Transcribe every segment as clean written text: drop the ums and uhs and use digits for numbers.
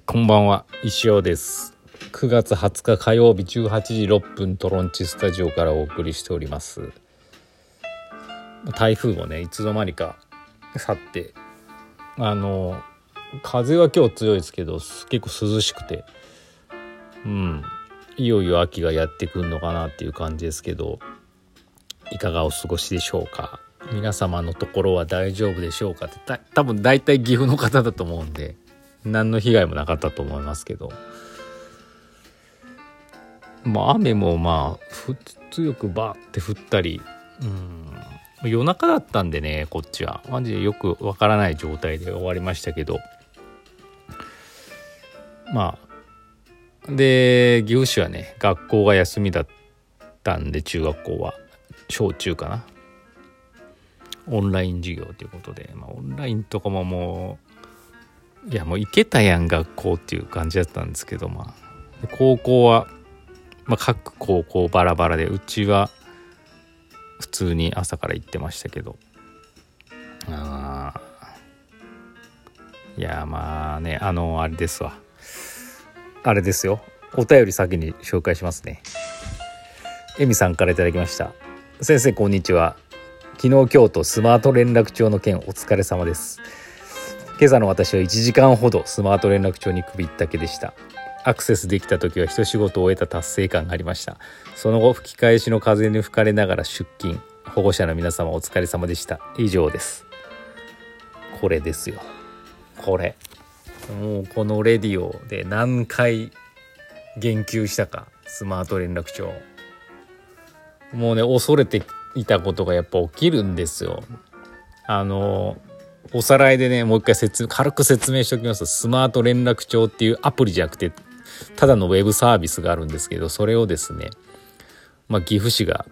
こんばんは、石尾です。9月20日火曜日18時6分トロンチスタジオからお送りしております。台風もねいつの間にか去って、風は今日強いですけど結構涼しくて、いよいよ秋がやってくるのかなっていう感じですけど、いかがお過ごしでしょうか。皆様のところは大丈夫でしょうかって、多分大体岐阜の方だと思うんで何の被害もなかったと思いますけど、雨も強くバーって降ったり、夜中だったんでね、こっちはマジでよくわからない状態で終わりましたけど、で岐阜市はね学校が休みだったんで、中学校は小中かな、オンライン授業ということで、オンラインとかももう行けたやん学校っていう感じだったんですけど、高校は、各高校バラバラで、うちは普通に朝から行ってましたけど、あれですよ、お便り先に紹介しますね。エミさんからいただきました。先生こんにちは。昨日今日とスマート連絡帳の件お疲れ様です。今朝の私は1時間ほどスマート連絡帳に首ったけでした。アクセスできた時は一仕事を終えた達成感がありました。その後吹き返しの風に吹かれながら出勤。保護者の皆様お疲れ様でした。以上です。これですよ、これもうこのレディオで何回言及したか、スマート連絡帳。もうね、恐れていたことがやっぱ起きるんですよ。おさらいでね、もう一回軽く説明しておきますと、スマート連絡帳っていうアプリじゃなくてただのウェブサービスがあるんですけど、それをですね、岐阜市が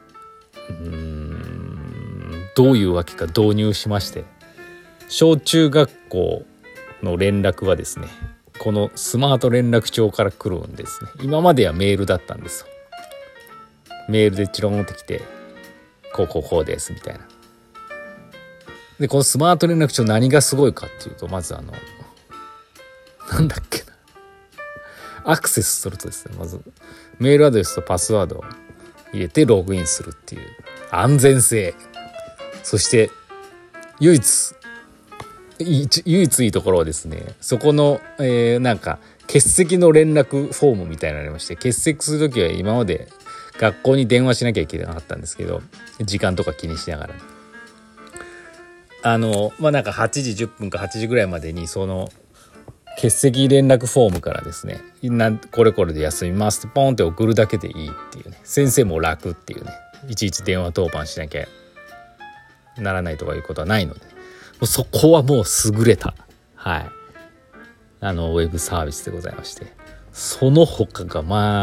どういうわけか導入しまして、小中学校の連絡はですね、このスマート連絡帳から来るんですね。今まではメールだったんですよ。メールでチロンってきて、こうですみたいな。でこのスマート連絡帳何がすごいかっていうと、まずなんだっけな、アクセスするとですね、まずメールアドレスとパスワードを入れてログインするっていう安全性、そして唯一いいところはですね、そこの、欠席の連絡フォームみたいなのありまして、欠席するときは今まで学校に電話しなきゃいけなかったんですけど、時間とか気にしながら、8時10分か8時ぐらいまでにその欠席連絡フォームからですね、これで休みますってポンって送るだけでいいっていうね、先生も楽っていうね、いちいち電話当番しなきゃならないとかいうことはないので、そこはもう優れたウェブサービスでございまして、その他が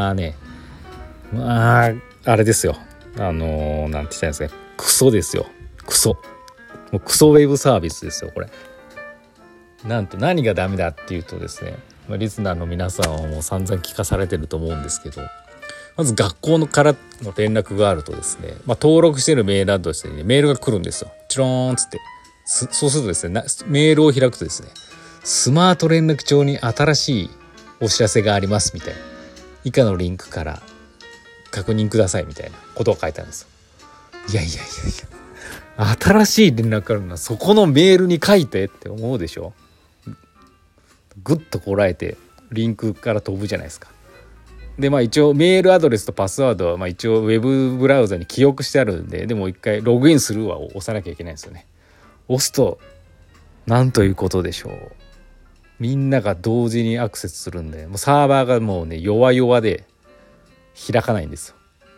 あれですよ、なんて言ったらいいんですかね、クソですよ、クソウェブサービスですよこれ。なんと何がダメだっていうとですね、リスナーの皆さんはもう散々聞かされてると思うんですけど、まず学校からの連絡があるとですね、登録してるメールアドレスに、メールが来るんですよ。チローンっつって、そうするとですね、メールを開くとですね、スマート連絡帳に新しいお知らせがありますみたいな、以下のリンクから確認くださいみたいなことが書いてあるんですよ。いや新しい連絡あるのはそこのメールに書いてって思うでしょ。ぐっとこらえてリンクから飛ぶじゃないですか。で一応メールアドレスとパスワードは一応ウェブブラウザに記憶してあるんで、でも一回ログインするを押さなきゃいけないんですよね。押すとなんということでしょう、みんなが同時にアクセスするんで、もうサーバーがもうね弱々で開かないんですよ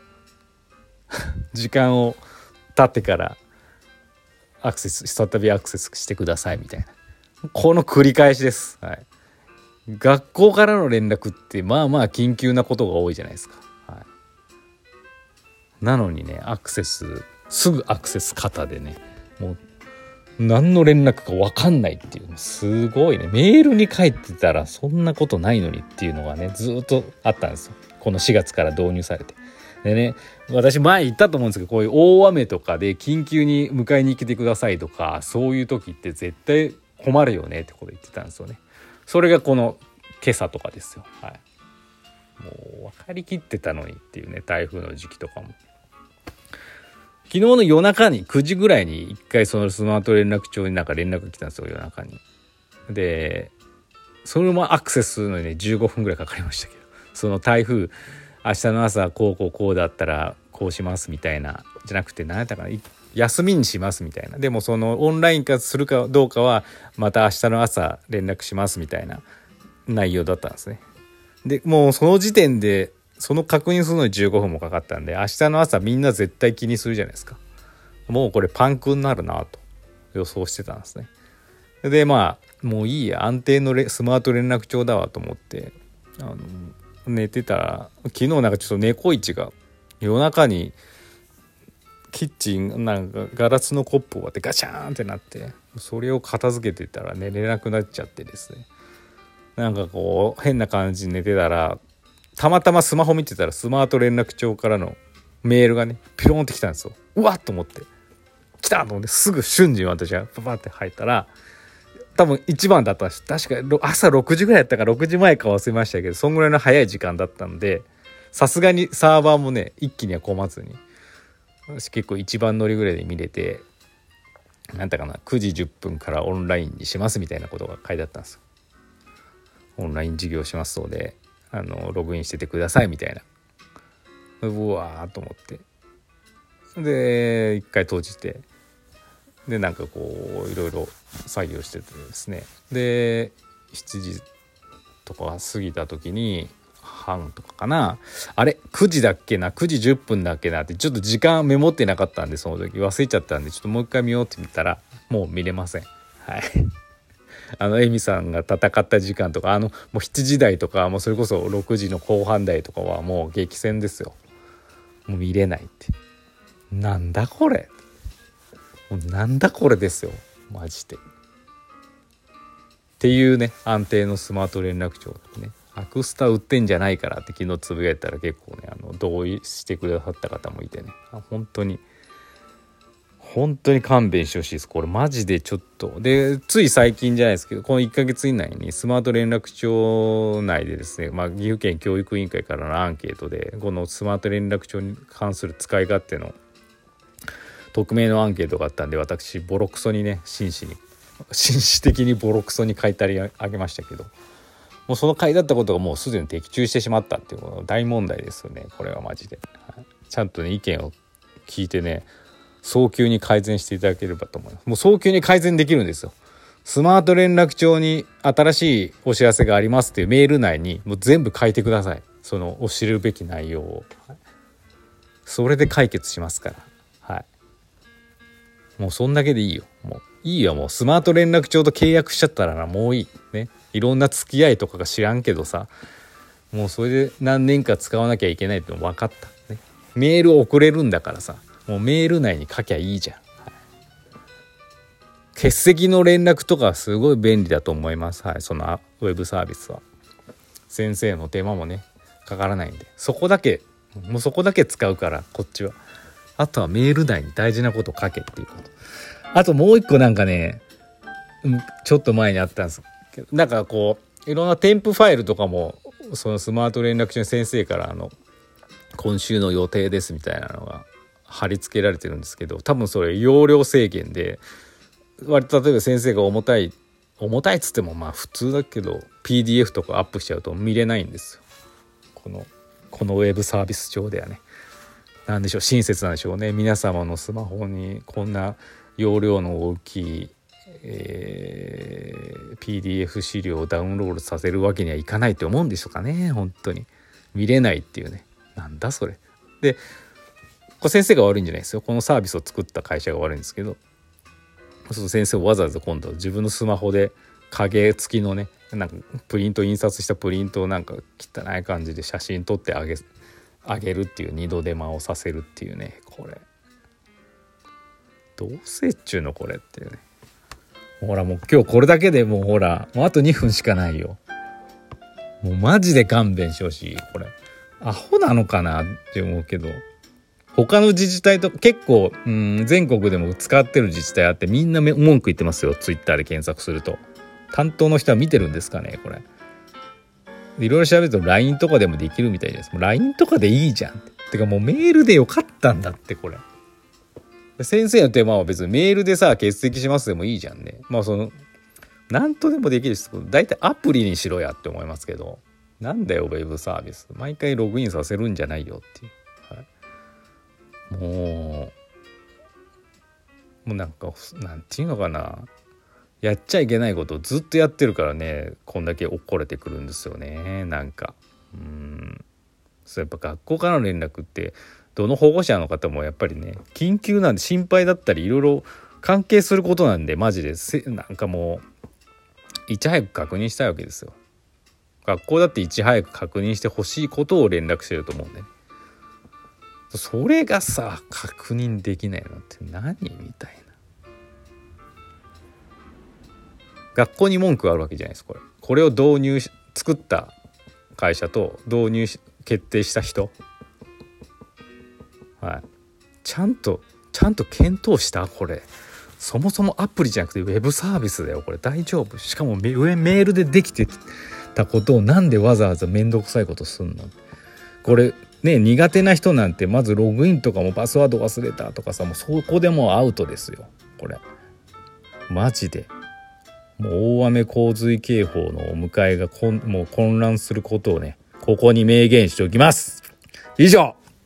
時間を経ってから再びアクセスしてくださいみたいな、この繰り返しです。学校からの連絡って緊急なことが多いじゃないですか。なのにね、すぐアクセス型でね、もう何の連絡か分かんないっていう、すごいね、メールに書いてたらそんなことないのにっていうのがねずっとあったんですよ、この4月から導入されて。でね、私前言ったと思うんですけど、こういう大雨とかで緊急に迎えに来てくださいとか、そういう時って絶対困るよねってこと言ってたんですよね。それがこの今朝とかですよ。はい。もう分かりきってたのにっていうね、台風の時期とかも。昨日の夜中に9時ぐらいに一回そのスマート連絡帳になんか連絡来たんですよ、夜中に。でそれもアクセスするのにね15分ぐらいかかりましたけど、その台風明日の朝こうだったらこうしますみたいなじゃなくて、何やったかな、休みにしますみたいな、でもそのオンライン化するかどうかはまた明日の朝連絡しますみたいな内容だったんですね。でもうその時点でその確認するのに15分もかかったんで、明日の朝みんな絶対気にするじゃないですか。もうこれパンクになるなと予想してたんですね。でまあもういいや、安定のスマート連絡帳だわと思って寝てたら、昨日なんかちょっと猫市が夜中にキッチンなんかガラスのコップを割ってガチャーンってなって、それを片付けてたら寝れなくなっちゃってですね、なんかこう変な感じに寝てたら、たまたまスマホ見てたらスマート連絡帳からのメールがねピロンってきたんですよ。うわっと思って来たと思って、すぐ瞬時に私がパパって入ったら多分1番だったんです。確か朝6時ぐらいやったか6時前か忘れましたけど、そんぐらいの早い時間だったんで、さすがにサーバーもね一気には混まずに、私結構一番乗りぐらいで見れて、なんだかな、9時10分からオンラインにしますみたいなことが書いてあったんですよ。オンライン授業しますのでログインしててくださいみたいな。うわーと思って、で一回閉じて、でなんかこういろいろ作業しててですね、で7時とか過ぎた時に半とかかな、あれ9時だっけな、9時10分だっけなってちょっと時間メモってなかったんで、その時忘れちゃったんで、ちょっともう一回見ようって見たらもう見れません。はいエミさんが戦った時間とかもう7時台とかもうそれこそ6時の後半台とかはもう激戦ですよ。もう見れないって、なんだこれ、もうなんだこれですよマジでっていうね、安定のスマート連絡帳ね、アクスタ売ってんじゃないからって昨日つぶやいたら結構ね同意してくださった方もいてね、本当に勘弁してほしいです。これマジでちょっとで、つい最近じゃないですけど、この1ヶ月以内にスマート連絡帳内でですね、岐阜県教育委員会からのアンケートでこのスマート連絡帳に関する使い勝手の匿名のアンケートがあったんで、私ボロクソにね紳士的にボロクソに書いてあげましたけど、もうその書いてあったことがもうすでに的中してしまったっていうのは大問題ですよね。これはマジで、ちゃんとね意見を聞いてね早急に改善していただければと思います。もう早急に改善できるんですよ。スマート連絡帳に新しいお知らせがありますっていうメール内にもう全部書いてください。そのお知るべき内容を、それで解決しますから。はい。もうそんだけでいいよ。もういいよ。もうスマート連絡帳と契約しちゃったらな、もういいね。いろんな付き合いとかが知らんけどさ、もうそれで何年か使わなきゃいけないっての分かったね。メールを送れるんだからさ、もうメール内に書きゃいいじゃん。はい、欠席の連絡とかすごい便利だと思います。はい、そのウェブサービスは先生の手間もねかからないんで、そこだけ使うからこっちは。あとはメール内に大事なこと書けっていうこと。あともう一個なんかね、ちょっと前にあったんですけど、なんかこういろんな添付ファイルとかもそのスマート連絡帳の先生から今週の予定ですみたいなのが貼り付けられてるんですけど、多分それ容量制限で割と例えば先生が重たいっつってもまあ普通だけど PDF とかアップしちゃうと見れないんですよ。このウェブサービス上ではね、なんでしょう、親切なんでしょうね。皆様のスマホにこんな容量の大きい、PDF 資料をダウンロードさせるわけにはいかないって思うんでしょうかね。本当に見れないっていうね、なんだそれで、これ先生が悪いんじゃないですよ。このサービスを作った会社が悪いんですけど、そう、先生わざわざ今度自分のスマホで影付きのね、なんか印刷したプリントをなんか汚い感じで写真撮ってあげるっていう二度手間をさせるっていうね、これどうせっちゅうのこれっていうね。ほらもう今日これだけでもうほらもうあと2分しかないよ。もうマジで勘弁してほしい。これアホなのかなって思うけど、他の自治体と結構全国でも使ってる自治体あって、みんな文句言ってますよ。ツイッターで検索すると。担当の人は見てるんですかねこれ。 いろいろ調べると LINE とかでもできるみたいです。もう LINE とかでいいじゃんって。てかもうメールでよかったんだってこれ。先生のテーマは別にメールでさ欠席しますでもいいじゃんね。まあその何とでもできるし、だいたいアプリにしろやって思いますけど、なんだよウェブサービス毎回ログインさせるんじゃないよっていう、はい、もうなんかなんていうのかな、やっちゃいけないことをずっとやってるからね、こんだけ怒れてくるんですよね。なんかそうやっぱ学校からの連絡ってどの保護者の方もやっぱりね緊急なんで心配だったりいろいろ関係することなんで、マジでなんかもういち早く確認したいわけですよ。学校だっていち早く確認してほしいことを連絡してると思うんで、ね、それがさ確認できないのって何みたいな。学校に文句があるわけじゃないです。これを導入作った会社と導入決定した人、はい、ちゃんと検討した。これそもそもアプリじゃなくてウェブサービスだよ。これ大丈夫？しかもメールでできてたことをなんでわざわざめんどくさいことすんの。これね、苦手な人なんてまずログインとかもパスワード忘れたとかさ、もうそこでもうアウトですよ。これマジでもう大雨洪水警報のお迎えがもう混乱することをね、ここに明言しておきます。以上。